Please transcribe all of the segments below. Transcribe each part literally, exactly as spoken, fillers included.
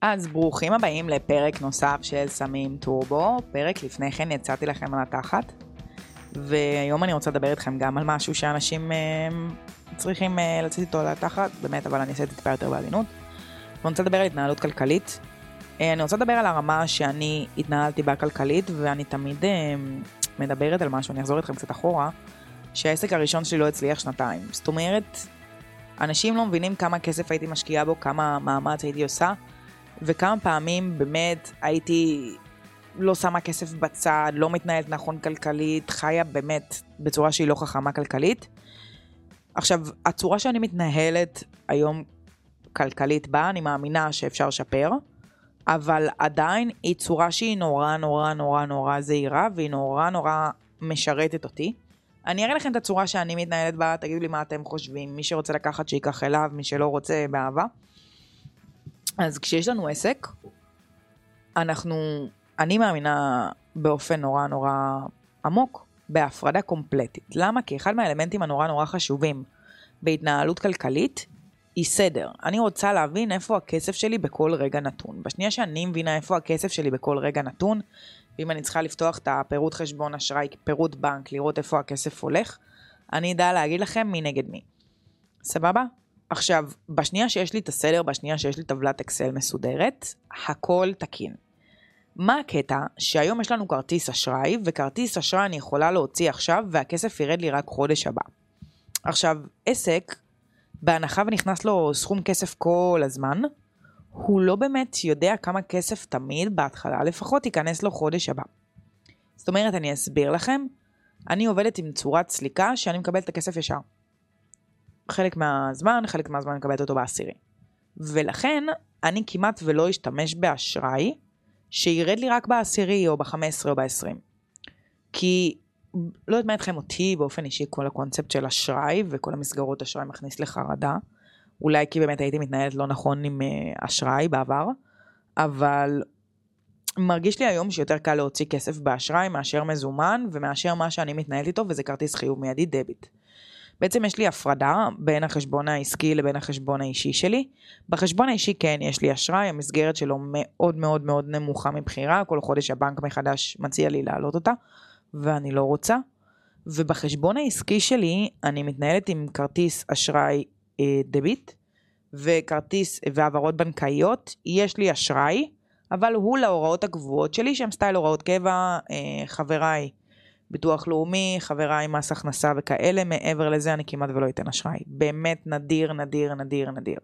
אז ברוכים הבאים לפרק נוסף של סמים טורבו. פרק לפני כן יצאתי לכם על התחת, והיום אני רוצה לדבר איתכם גם על משהו שאנשים אה, צריכים אה, לצאת איתו על התחת, באמת, אבל אני אעשה את זה טיפה יותר בעדינות. אני רוצה לדבר על התנהלות כלכלית. אה, אני רוצה לדבר על הרמה שאני התנהלתי בה כלכלית, ואני תמיד אה, מדברת על משהו, אני אחזור איתכם קצת אחורה, שהעסק הראשון שלי לא הצליח שנתיים. זאת אומרת, אנשים לא מבינים כמה כסף הייתי משקיעה בו, כמה מאמץ הייתי עושה, וכמה פעמים באמת הייתי לא שמה כסף בצד, לא מתנהלת נכון כלכלית, חיה באמת בצורה שהיא לא חכמה כלכלית. עכשיו, הצורה שאני מתנהלת היום כלכלית בה, אני מאמינה שאפשר לשפר, אבל עדיין היא צורה שהיא נורא נורא נורא נורא זהירה, והיא נורא נורא משרתת אותי. אני אראה לכם את הצורה שאני מתנהלת בה, תגידו לי מה אתם חושבים, מי שרוצה לקחת שיקח אליו, מי שלא רוצה באהבה. אז כשיש לנו עסק, אנחנו, אני מאמינה באופן נורא נורא עמוק, בהפרדה קומפלטית. למה? כי אחד מהאלמנטים הנורא נורא חשובים בהתנהלות כלכלית, היא סדר. אני רוצה להבין איפה הכסף שלי בכל רגע נתון. בשנייה שאני מבינה איפה הכסף שלי בכל רגע נתון, ואם אני צריכה לפתוח את הפירוט חשבון אשראי, פירוט בנק, לראות איפה הכסף הולך, אני אדע להגיד לכם מי נגד מי. סבבה? עכשיו, בשנייה שיש לי את הסדר, בשנייה שיש לי טבלת אקסל מסודרת, הכל תקין. מה הקטע? שהיום יש לנו כרטיס אשראי, וכרטיס אשראי אני יכולה להוציא עכשיו, והכסף ירד לי רק חודש הבא. עכשיו, עסק, בהנחה ונכנס לו סכום כסף כל הזמן, הוא לא באמת יודע כמה כסף תמיד, בהתחלה לפחות ייכנס לו חודש הבא. זאת אומרת, אני אסביר לכם, אני עובדת עם צורת סליקה, שאני מקבלת את הכסף ישר. חלק מהזמן, חלק מהזמן אני מקבלת אותו בעשירי. ולכן, אני כמעט ולא אשתמש באשראי, שירד לי רק בעשירי, או ב-חמש עשרה או ב-עשרים. כי, לא יודעת מה אתכם אותי, באופן אישי, כל הקונספט של אשראי, וכל המסגרות אשראי מכניס לחרדה. אולי כי באמת הייתי מתנהלת לא נכון עם אשראי בעבר, אבל מרגיש לי היום שיותר קל להוציא כסף באשראי, מאשר מזומן, ומאשר מה שאני מתנהלת איתו, וזה כרטיס חיוב מיידי דביט. בעצם יש לי הפרדה בין החשבון העסקי לבין החשבון האישי שלי. בחשבון האישי כן יש לי אשראי, המסגרת שלו מאוד מאוד מאוד נמוכה מבחירה, כל חודש הבנק מחדש מציע לי להעלות אותה, ואני לא רוצה. ובחשבון העסקי שלי אני מתנהלת עם כרטיס אשראי אה, דביט, וכרטיס והעברות בנקאיות, יש לי אשראי, אבל הוא להוראות הקבועות שלי, שהם סטייל הוראות קבע, אה, חבריי, ביטוח לאומי, חבריי, מס הכנסה וכאלה, מעבר לזה אני כמעט ולא אתן אשראי. באמת נדיר, נדיר, נדיר, נדיר.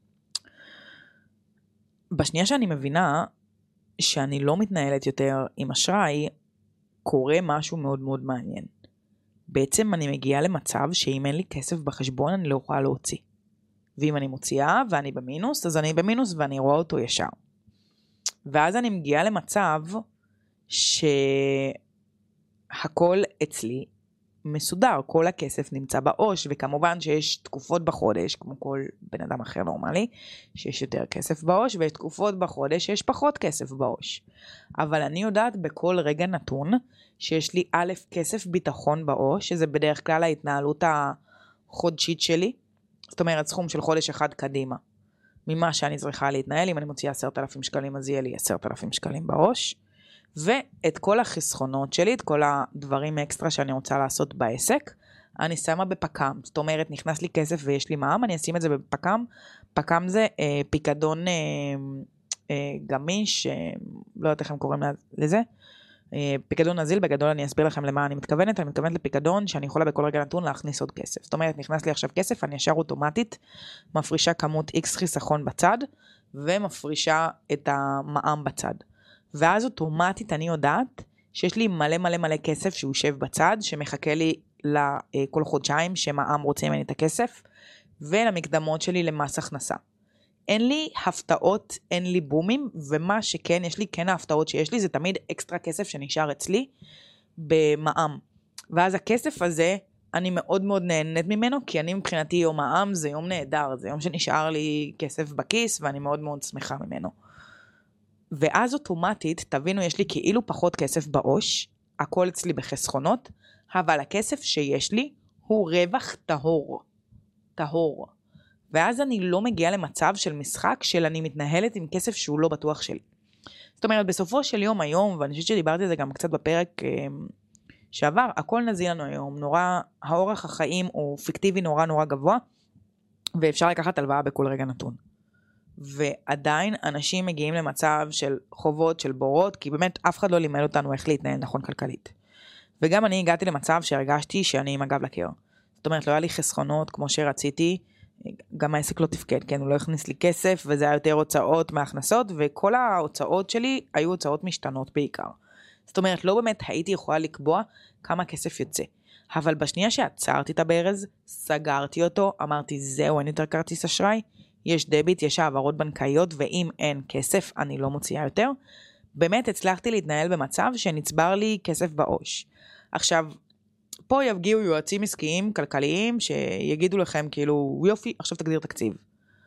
בשנייה שאני מבינה שאני לא מתנהלת יותר עם אשראי, קורה משהו מאוד מאוד מעניין. בעצם אני מגיעה למצב שאם אין לי כסף בחשבון אני לא יכולה להוציא. ואם אני מוציאה ואני במינוס, אז אני במינוס ואני רואה אותו ישר. ואז אני מגיעה למצב ש... הכל אצלי מסודר, כל הכסף נמצא בעו"ש, וכמובן שיש תקופות בחודש, כמו כל בן אדם אחר נורמלי, שיש יותר כסף בעו"ש, ויש תקופות בחודש שיש פחות כסף בעו"ש. אבל אני יודעת בכל רגע נתון, שיש לי א' כסף ביטחון בעו"ש, שזה בדרך כלל ההתנהלות החודשית שלי, זאת אומרת סכום של חודש אחד קדימה, ממה שאני צריכה להתנהל, אם אני מוציאה עשרת אלפים שקלים, אז יהיה לי עשרת אלפים שקלים בעו"ש, ואת כל החסכונות שלי, את כל הדברים אקסטרה שאני רוצה לעשות בעסק, אני שמה בפקם. זאת אומרת, נכנס לי כסף ויש לי מע"מ, אני אשים את זה בפקם. פקם זה אה, פיקדון אה, אה, גמיש, אה, לא יודעת איך הם קוראים לזה. אה, פיקדון נזיל, בגדול אני אסביר לכם למה אני מתכוונת. אני מתכוונת לפיקדון שאני יכולה בכל רגע נתון להכניס עוד כסף. זאת אומרת, נכנס לי עכשיו כסף, אני ישר אוטומטית מפרישה כמות X חיסכון בצד, ומפרישה את המע"מ בצד. ואז אוטומטית אני יודעת שיש לי מלא מלא מלא כסף שיושב בצד, שמחכה לי לכל חודשיים שמע"מ רוצה ממני את הכסף, ולמקדמות שלי למס הכנסה. אין לי הפתעות, אין לי בומים, ומה שכן, יש לי, כן ההפתעות שיש לי, זה תמיד אקסטרה כסף שנשאר אצלי במע"מ. ואז הכסף הזה, אני מאוד מאוד נהנית ממנו, כי אני מבחינתי יום מע"מ זה יום נהדר, זה יום שנשאר לי כסף בכיס, ואני מאוד מאוד שמחה ממנו. ואז אוטומטית, תבינו, יש לי כאילו פחות כסף בעו"ש, הכל אצלי בחסכונות, אבל הכסף שיש לי הוא רווח טהור. טהור. ואז אני לא מגיעה למצב של משחק של אני מתנהלת עם כסף שהוא לא בטוח שלי. זאת אומרת, בסופו של יום היום, ואני חושבת שדיברתי על זה גם קצת בפרק שעבר, הכל נזיל לנו היום, נורא, האורח החיים הוא פיקטיבי נורא נורא גבוה, ואפשר לקחת הלוואה בכל רגע נתון. ועדיין אנשים מגיעים למצב של חובות, של בורות, כי באמת אף אחד לא לימד אותנו איך להתנהל נכון כלכלית. וגם אני הגעתי למצב שהרגשתי שאני עם הגב לקיר. זאת אומרת, לא היה לי חסכונות כמו שרציתי, גם העסק לא תפקד, כן, הוא לא הכניס לי כסף, וזה היה יותר הוצאות מההכנסות, וכל ההוצאות שלי היו הוצאות משתנות בעיקר. זאת אומרת, לא באמת הייתי יכולה לקבוע כמה כסף יוצא. אבל בשנייה שעצרתי את הברז, סגרתי אותו, אמרתי, זהו, אין יותר כרטיס אשראי, יש דביט, יש העברות בנקאיות, ואם אין כסף, אני לא מוציאה יותר. באמת הצלחתי להתנהל במצב שנצבר לי כסף בעו"ש. עכשיו, פה יגיעו יועצים עסקיים, כלכליים, שיגידו לכם כאילו, יופי, עכשיו תגדיר תקציב.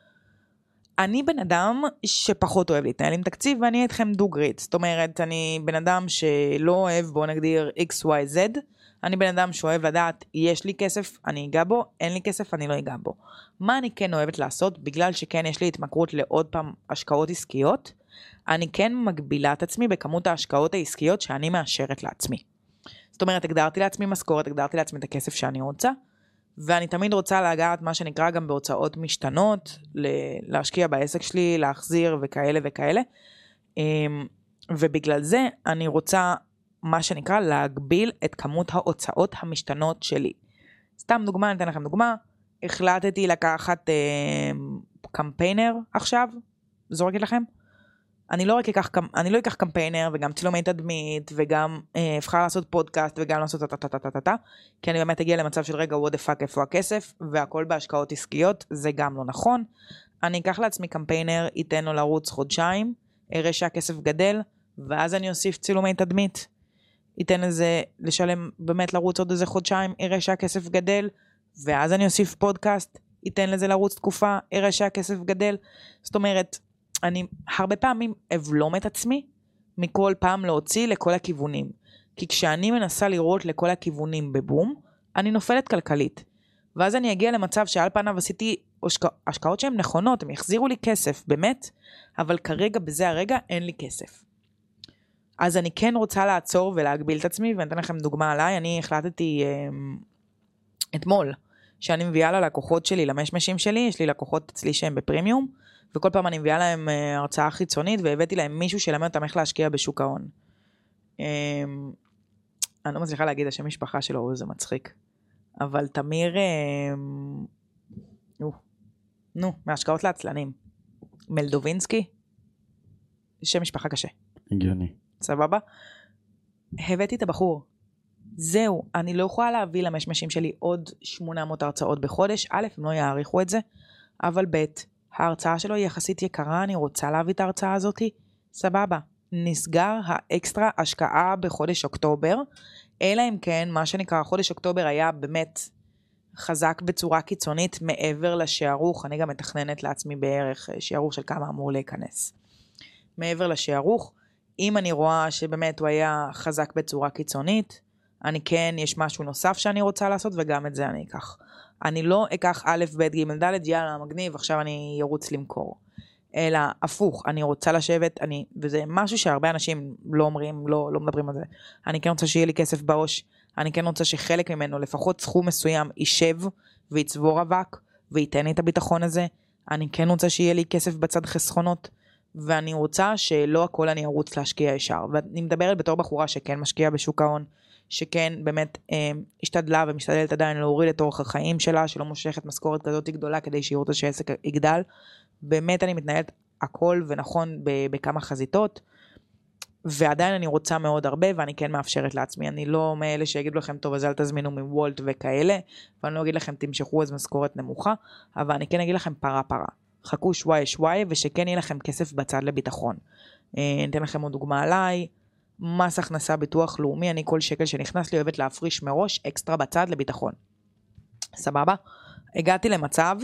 אני בן אדם שפחות אוהב להתנהל עם תקציב, ואני אתכם דוגרית. זאת אומרת, אני בן אדם שלא אוהב, בוא נגדיר X, Y, Z. אני בן אדם שאוהב לדעת, יש לי כסף, אני אגע בו, אין לי כסף, אני לא אגע בו. מה אני כן אוהבת לעשות? בגלל שכן יש לי התמכרות לעוד פעם השקעות עסקיות, אני כן מגבילה את עצמי בכמות ההשקעות העסקיות שאני מאשרת לעצמי. זאת אומרת, הגדרתי לעצמי משכורת, הגדרתי לעצמי את הכסף שאני רוצה, ואני תמיד רוצה להגעת מה שנקרא גם בהוצאות משתנות, להשקיע בעסק שלי, להחזיר וכאלה וכאלה. ובגלל זה אני רוצה מה שנקרא להגביל את כמות ההוצאות המשתנות שלי. סתם דוגמה, אני אתן לכם דוגמה, החלטתי לקחת אה, קמפיינר עכשיו, זורקת לכם. אני לא רק אקח, אני לא אקח קמפיינר וגם צילומי תדמית וגם אה, אבחר לעשות פודקאסט וגם לעשות טה-טה-טה-טה-טה, כי אני באמת אגיע למצב של רגע, what the fuck, איפה הכסף, והכל בהשקעות עסקיות, זה גם לא נכון. אני אקח לעצמי קמפיינר, ייתן לו לרוץ חודשיים, אראה שהכסף גדל, ואז אני אוסיף צילומי תדמית. ייתן לזה לשלם, באמת לרוץ עוד איזה חודשיים, אראה שהכסף גדל, ואז אני אוסיף פודקאסט, ייתן לזה לרוץ תקופה, אראה שהכסף גדל. זאת אומרת, אני הרבה פעמים אבלום את עצמי, מכל פעם להוציא לכל הכיוונים. כי כשאני מנסה לראות לכל הכיוונים בבום, אני נופלת כלכלית. ואז אני אגיע למצב שעל פניו עשיתי השקעות שהן נכונות, הם יחזירו לי כסף, באמת, אבל כרגע, בזה הרגע, אין לי כסף. אז אני כן רוצה לעצור ולהגביל את עצמי, ואני אתן לכם דוגמה עליי, אני החלטתי אה, אתמול, שאני מביאה ללקוחות שלי, למשמשים שלי, יש לי לקוחות אצלי שהם בפרימיום, וכל פעם אני מביאה להם אה, הרצאה חיצונית, והבאתי להם מישהו שלמד אותם איך להשקיע בשוק ההון. אה, אני לא מצליחה להגיד השם משפחה שלו, זה מצחיק. אבל תמיר, אה, נו, נו, מהשקעות לעצלנים. מלדובינסקי, שם משפחה קשה. הגיוני. סבבה? הבאתי את הבחור. זהו, אני לא יכולה להביא למשמשים שלי עוד שמונה מאות הרצאות בחודש. א', הם לא יעריכו את זה, אבל ב', ההרצאה שלו היא יחסית יקרה, אני רוצה להביא את ההרצאה הזאת. סבבה. נסגר האקסטרה השקעה בחודש אוקטובר, אלא אם כן, מה שנקרא, חודש אוקטובר היה באמת חזק בצורה קיצונית מעבר לשערוך. אני גם מתכננת לעצמי בערך שערוך של כמה אמור להיכנס. מעבר לשערוך, אם אני רואה שבאמת הוא היה חזק בצורה קיצונית, אני כן, יש משהו נוסף שאני רוצה לעשות, וגם את זה אני אקח. אני לא אקח א', ב', ג', ד', יאללה, מגניב, עכשיו אני ירוץ למכור. אלא הפוך, אני רוצה לשבת, אני, וזה משהו שהרבה אנשים לא אומרים, לא, לא מדברים על זה. אני כן רוצה שיהיה לי כסף בעו"ש, אני כן רוצה שחלק ממנו, לפחות סכום מסוים, יישב ויצבור אבק, וייתן לי את הביטחון הזה. אני כן רוצה שיהיה לי כסף בצד חסכונות, ואני רוצה שלא הכל אני ארוץ להשקיע ישר. ואני מדברת בתור בחורה שכן משקיעה בשוק ההון, שכן באמת אה, השתדלה ומשתדלת עדיין להוריד את אורח החיים שלה, שלא מושכת משכורת כזאת גדולה כדי שיראו אותה שעסק יגדל. באמת אני מתנהלת הכל ונכון בכמה חזיתות, ועדיין אני רוצה מאוד הרבה, ואני כן מאפשרת לעצמי. אני לא מאלה שיגידו לכם, טוב, אז אל תזמינו מוולט וכאלה, ואני לא אגיד לכם, תמשכו אז משכורת נמוכה, אבל אני כן אגיד לכם פרה פרה. חכו שוואי שוואי, ושכן יהיה לכם כסף בצד לביטחון. ניתן לכם עוד דוגמה עליי, מס הכנסה ביטוח לאומי, אני כל שקל שנכנס לי אוהבת להפריש מראש, אקסטרה בצד לביטחון. סבבה? הגעתי למצב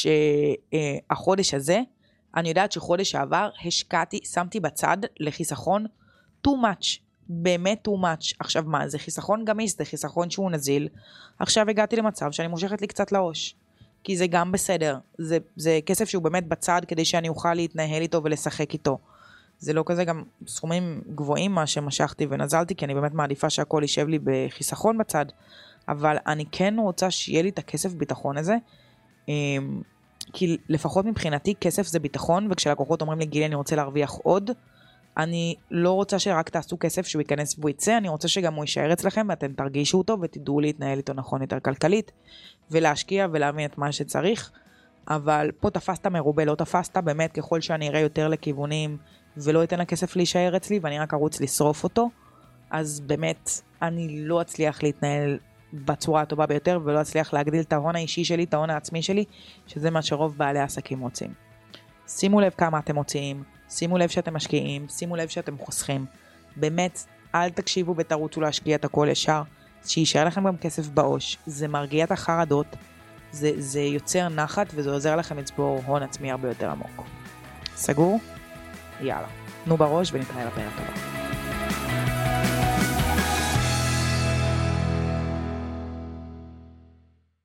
שהחודש הזה, אני יודעת שחודש העבר השקעתי, שמתי בצד לחיסכון too much, באמת too much. עכשיו מה, זה חיסכון גמיש, זה חיסכון שהוא נזיל. עכשיו הגעתי למצב שאני מושכת לי קצת לעוש. כי זה גם בסדר. זה, זה כסף שהוא באמת בצד כדי שאני אוכל להתנהל איתו ולשחק איתו. זה לא כזה גם סכומים גבוהים מה שמשכתי ונזלתי, כי אני באמת מעדיפה שהכל יישב לי בחיסכון בצד, אבל אני כן רוצה שיהיה לי את הכסף ביטחון הזה, כי לפחות מבחינתי כסף זה ביטחון, וכשלקוחות אומרים לי גילי אני רוצה להרוויח עוד, אני לא רוצה שרק תעשו כסף שהוא ייכנס והוא יצא, אני רוצה שגם הוא יישאר אצלכם ואתם תרגישו אותו ותדעו להתנהל איתו נכון יותר כלכלית, ולהשקיע ולהבין את מה שצריך, אבל פה תפסת מרובה, לא תפסת, באמת ככל שאני אראה יותר לכיוונים ולא אתן לכסף להישאר אצלי ואני רק ארוץ לשרוף אותו, אז באמת אני לא אצליח להתנהל בצורה הטובה ביותר ולא אצליח להגדיל את ההון האישי שלי, את ההון העצמי שלי, שזה מה שרוב בעלי העסקים רוצים. שימו לב כמה אתם מוציאים, שימו לב שאתם משקיעים, שימו לב שאתם חוסכים. באמת, אל תקשיבו ותרוצו להשקיע את הכל ישר, שישאר לכם גם כסף בעו"ש. זה מרגיע את החרדות, זה, זה יוצר נחת וזה עוזר לכם לצבור הון עצמי הרבה יותר עמוק. סגור? יאללה. תנו בראש ונתראה לפרק הבא.